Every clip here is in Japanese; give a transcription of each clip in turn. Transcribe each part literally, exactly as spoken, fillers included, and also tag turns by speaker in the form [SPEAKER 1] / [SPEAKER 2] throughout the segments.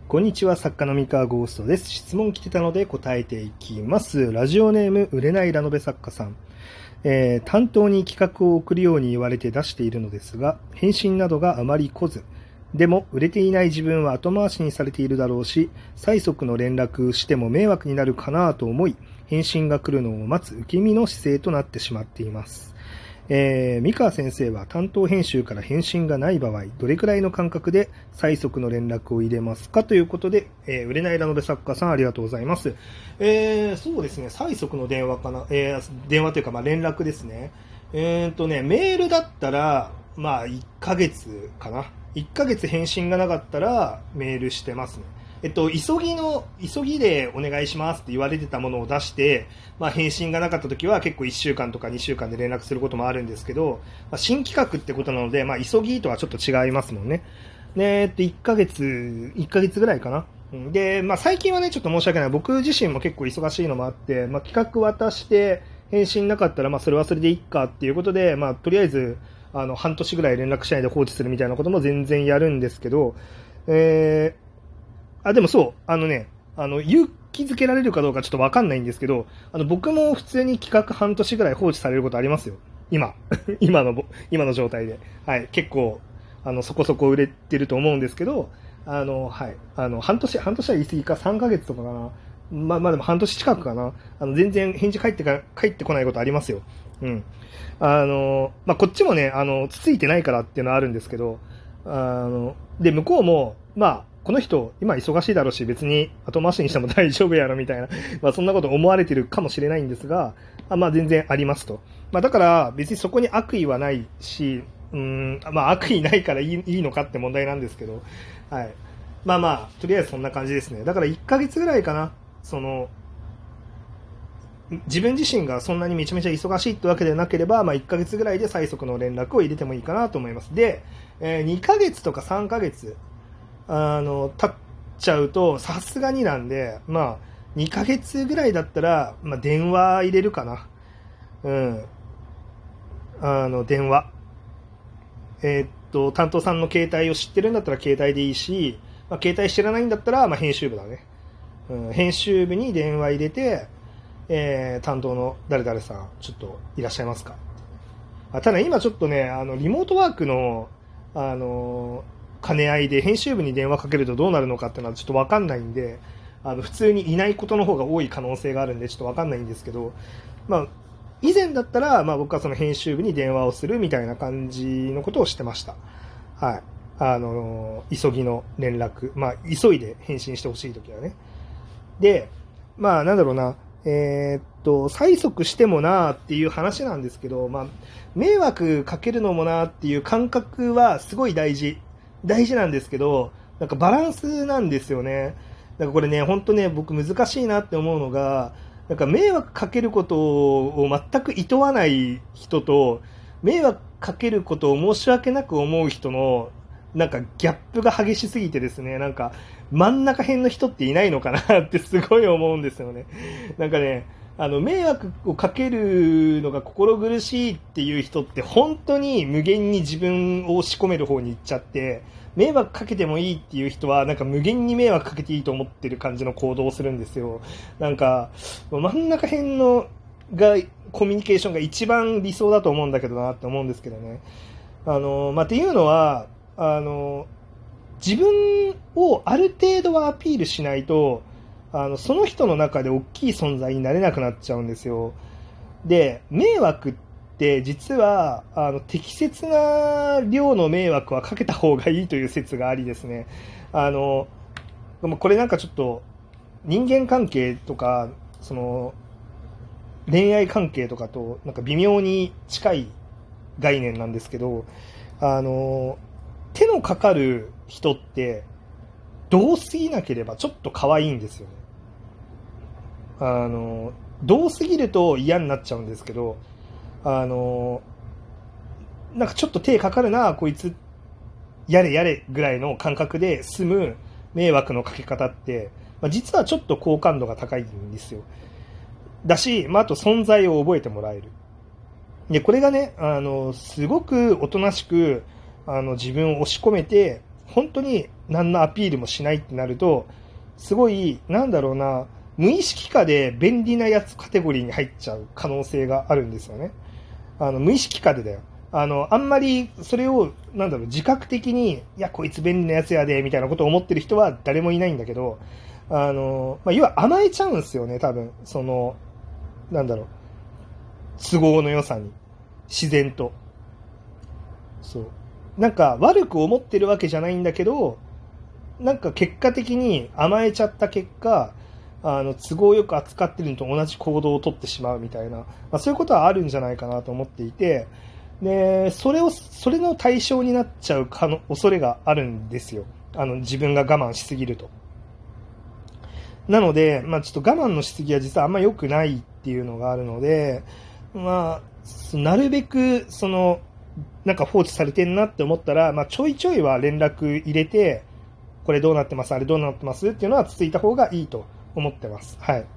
[SPEAKER 1] こんにちは、作家の三河ゴーストです。質問来てたので答えていきます。ラジオネーム、売れないラノベ作家さん。えー、担当に企画を送るように言われて出しているのですが、返信などがあまり来ず。でも、売れていない自分は後回しにされているだろうし、催促の連絡しても迷惑になるかなと思い、返信が来るのを待つ受け身の姿勢となってしまっています。えー、三河先生は担当編集から返信がない場合、どれくらいの間隔で催促の連絡を入れますかということで、えー、売れないラノベ作家さんありがとうございます。えー、そうですね、催促の電話かな、えー、電話というか、まあ、連絡ですね。えーとね、メールだったら、まあ、いっかげつかな。いっかげつ返信がなかったらメールしてますね。えっと、急ぎの、急ぎでお願いしますって言われてたものを出して、まあ、返信がなかった時は結構いっしゅうかんとかにしゅうかんで連絡することもあるんですけど、まあ、新企画ってことなので、まあ、急ぎとはちょっと違いますもんね。で、えっと、いっかげつ、いっかげつぐらいかな。で、まあ、最近はね、ちょっと申し訳ない。僕自身も結構忙しいのもあって、まあ、企画渡して返信なかったら、まあ、それはそれでいいかっていうことで、まあ、とりあえず、あの、半年ぐらい連絡しないで放置するみたいなことも全然やるんですけど、えー、あ、でもそう、あのね、あの、勇気づけられるかどうかちょっとわかんないんですけど、あの、僕も普通に企画半年ぐらい放置されることありますよ。今。今の、今の状態で。はい。結構、あの、そこそこ売れてると思うんですけど、あの、はい。あの、半年、半年は言い過ぎか、さんかげつとかかな。まあ、まあでも半年近くかな。あの、全然返事返ってか、返ってこないことありますよ。うん。あの、まあ、こっちもね、あの、つついてないからっていうのはあるんですけど、あの、で、向こうも、まあ、この人、今忙しいだろうし、別に後回しにしても大丈夫やろみたいな、まあそんなこと思われてるかもしれないんですが、あまあ全然ありますと。まあだから別にそこに悪意はないし、うーん、まあ悪意ないからいい、いいのかって問題なんですけど、はい。まあまあ、とりあえずそんな感じですね。だからいっかげつぐらいかな、その、自分自身がそんなにめちゃめちゃ忙しいってわけでなければ、まあいっかげつぐらいで催促の連絡を入れてもいいかなと思います。で、えー、にかげつとかさんかげつ、あの、経っちゃうと、さすがになんで、まあ、にかげつぐらいだったら、まあ、電話入れるかな。うん。あの、電話。えーっと、担当さんの携帯を知ってるんだったら携帯でいいし、まあ、携帯知らないんだったら、まあ、編集部だね。うん、編集部に電話入れて、えー、担当の誰々さん、ちょっといらっしゃいますか。あただ今ちょっとね、あの、リモートワークの、あの兼ね合いで編集部に電話かけるとどうなるのかっていうのはちょっと分かんないんで、あの普通にいないことの方が多い可能性があるんでちょっと分かんないんですけど、まあ、以前だったら、まあ、僕はその編集部に電話をするみたいな感じのことをしてました。はい。あの急ぎの連絡、まあ、急いで返信してほしいときはね。で、まあ、なんだろうな、えー、っと、催促してもなーっていう話なんですけど、まあ、迷惑かけるのもなーっていう感覚はすごい大事。大事なんですけど、なんかバランスなんですよね。なんかこれね、ほんとね、僕難しいなって思うのが、なんか迷惑かけることを全く厭わない人と、迷惑かけることを申し訳なく思う人の、なんかギャップが激しすぎてですね、なんか真ん中辺の人っていないのかなってすごい思うんですよね。なんかね、あの、迷惑をかけるのが心苦しいっていう人って本当に無限に自分を押し込める方に行っちゃって、迷惑かけてもいいっていう人はなんか無限に迷惑かけていいと思ってる感じの行動をするんですよ。なんか、真ん中辺のが、コミュニケーションが一番理想だと思うんだけどなって思うんですけどね。あの、まあ、っていうのは、あの、自分をある程度はアピールしないと、あのその人の中で大きい存在になれなくなっちゃうんですよ。で、迷惑って実はあの適切な量の迷惑はかけた方がいいという説がありですね。あのこれなんかちょっと人間関係とかその恋愛関係とかとなんか微妙に近い概念なんですけど、あの手のかかる人ってどうすぎなければちょっと可愛いんですよね。あのどうすぎると嫌になっちゃうんですけど、あのなんかちょっと手かかるなこいつやれやれぐらいの感覚で済む迷惑のかけ方って、まあ、実はちょっと好感度が高いんですよ。だし、まあ、あと存在を覚えてもらえる。でこれがね、あのすごくおとなしくあの自分を押し込めて本当に何のアピールもしないってなると、すごい、なんだろうな、無意識化で便利なやつカテゴリーに入っちゃう可能性があるんですよね。あの無意識化でだよ。あのあんまりそれをなんだろう自覚的にいやこいつ便利なやつやでみたいなことを思ってる人は誰もいないんだけど、あの、まあ、要は甘えちゃうんですよね。多分そのなんだろう都合の良さに自然と。そうなんか悪く思ってるわけじゃないんだけど、なんか結果的に甘えちゃった結果、あの都合よく扱ってるのと同じ行動をとってしまうみたいな、まあ、そういうことはあるんじゃないかなと思っていて、でそれをそれの対象になっちゃう可能恐れがあるんですよ。あの自分が我慢しすぎると。なので、まあ、ちょっと我慢のしすぎは実はあんま良くないっていうのがあるので、まあ、なるべくそのなんか放置されてんなって思ったら、まあ、ちょいちょいは連絡入れて、これどうなってます、あれどうなってますっていうのはつついた方がいいと思ってます。はい。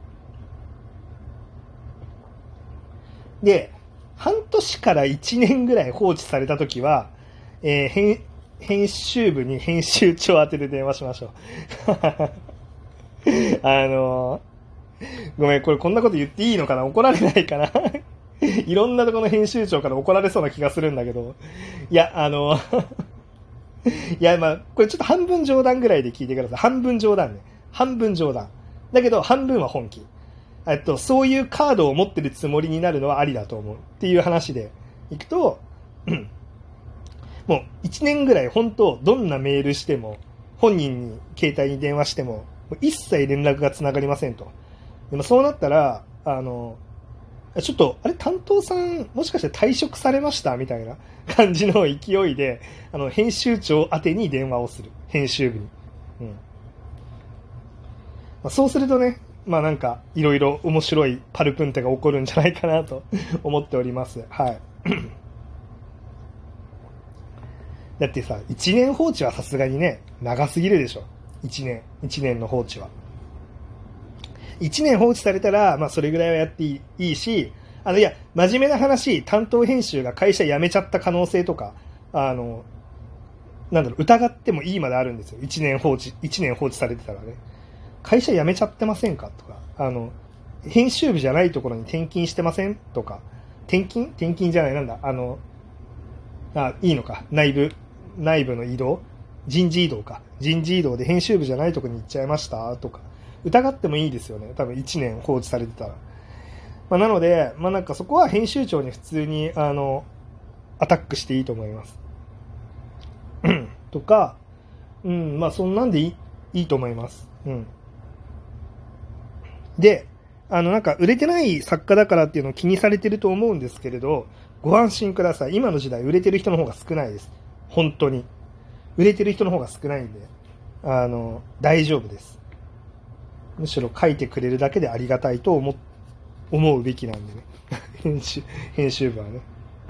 [SPEAKER 1] で、半年からいちねんぐらい放置されたときは、えー、編、編集部に編集長宛てで電話しましょう。あのー、ごめん、これこんなこと言っていいのかな、怒られないかな。いろんなところの編集長から怒られそうな気がするんだけど、いや、あのー、いや、まあ、これちょっと半分冗談ぐらいで聞いてください。半分冗談ね。半分冗談。だけど、半分は本気。えっと、そういうカードを持ってるつもりになるのはありだと思うっていう話でいくと、もういちねんぐらい本当どんなメールしても本人に携帯に電話しても一切連絡がつながりませんと。でもそうなったら、あのちょっとあれ担当さんもしかして退職されましたみたいな感じの勢いで、あの編集長宛てに電話をする、編集部に。うん、まあ、そうするとね、まあなんかいろいろ面白いパルプンテが起こるんじゃないかなと思っております。はい。だってさ、いちねん放置はさすがにね、長すぎるでしょ。いちねん、いちねんの放置は。いちねん放置されたら、まあそれぐらいはやっていい、いいし、あの、いや、真面目な話、担当編集が会社辞めちゃった可能性とか、あの、なんだろう、疑ってもいいまであるんですよ。いちねん放置、いちねん放置されてたらね。会社辞めちゃってませんかとか、あの、編集部じゃないところに転勤してませんとか、転勤転勤じゃない、なんだ、あの、あ、いいのか、内部、内部の移動人事異動か。人事異動で編集部じゃないところに行っちゃいましたとか、疑ってもいいですよね。多分いちねん放置されてたら。まあ、なので、まあなんかそこは編集長に普通に、あの、アタックしていいと思います。とか、うん、まあそんなんでいい、いいと思います。うん。で、あのなんか売れてない作家だからっていうのを気にされてると思うんですけれど、ご安心ください。今の時代売れてる人の方が少ないです。本当に。売れてる人の方が少ないんで、あの、大丈夫です。むしろ書いてくれるだけでありがたいと思、思うべきなんでね。編集、編集部はね。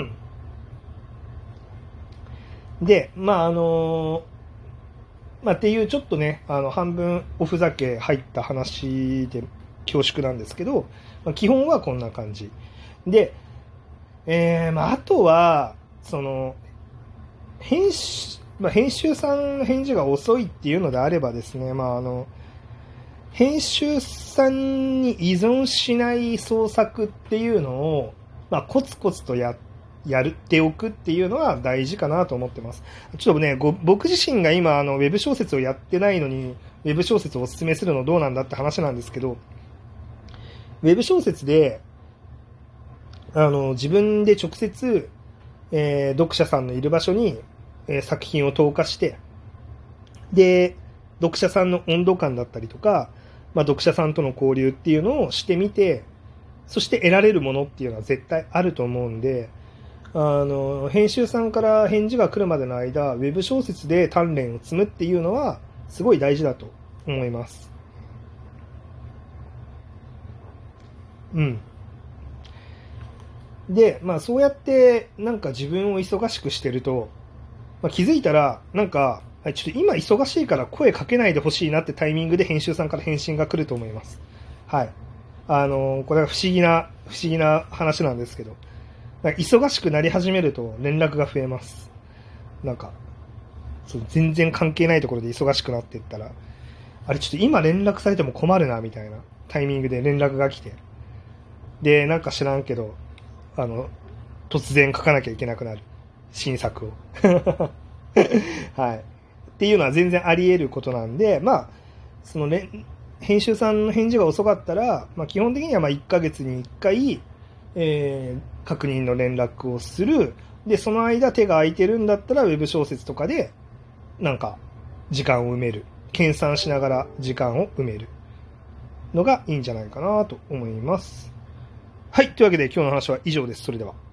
[SPEAKER 1] で、まああの、まあっていうちょっとね、あの、半分おふざけ入った話で恐縮なんですけど、まあ、基本はこんな感じ。で、えー、まああとは、その、編集、まあ、編集さんの返事が遅いっていうのであればですね、まああの、編集さんに依存しない創作っていうのを、まあ、コツコツとや、やっておくっていうのは大事かなと思ってます。ちょっとね、ご僕自身が今、あの、ウェブ小説をやってないのに、ウェブ小説をお勧めするのどうなんだって話なんですけど、ウェブ小説で、あの、自分で直接、えー、読者さんのいる場所に、えー、作品を投下して、で、読者さんの温度感だったりとか、まあ、読者さんとの交流っていうのをしてみて、そして得られるものっていうのは絶対あると思うんで、あの編集さんから返事が来るまでの間、ウェブ小説で鍛錬を積むっていうのはすごい大事だと思います。うん。で、まあそうやってなんか自分を忙しくしてると、まあ、気づいたらなんかちょっと今忙しいから声かけないでほしいなってタイミングで編集さんから返信が来ると思います。はい。あの、これは不思議な、不思議な話なんですけど、忙しくなり始めると連絡が増えます。なんか、 そう全然関係ないところで忙しくなっていったら、あれちょっと今連絡されても困るなみたいなタイミングで連絡が来て、でなんか知らんけどあの突然書かなきゃいけなくなる新作をはい、っていうのは全然あり得ることなんで、まあそのね編集さんの返事が遅かったら、まあ、基本的にはまあいっかげつにいっかい、えー、確認の連絡をする。でその間手が空いてるんだったらウェブ小説とかでなんか時間を埋める、研鑽しながら時間を埋めるのがいいんじゃないかなと思います。はい、というわけで今日の話は以上です。それでは。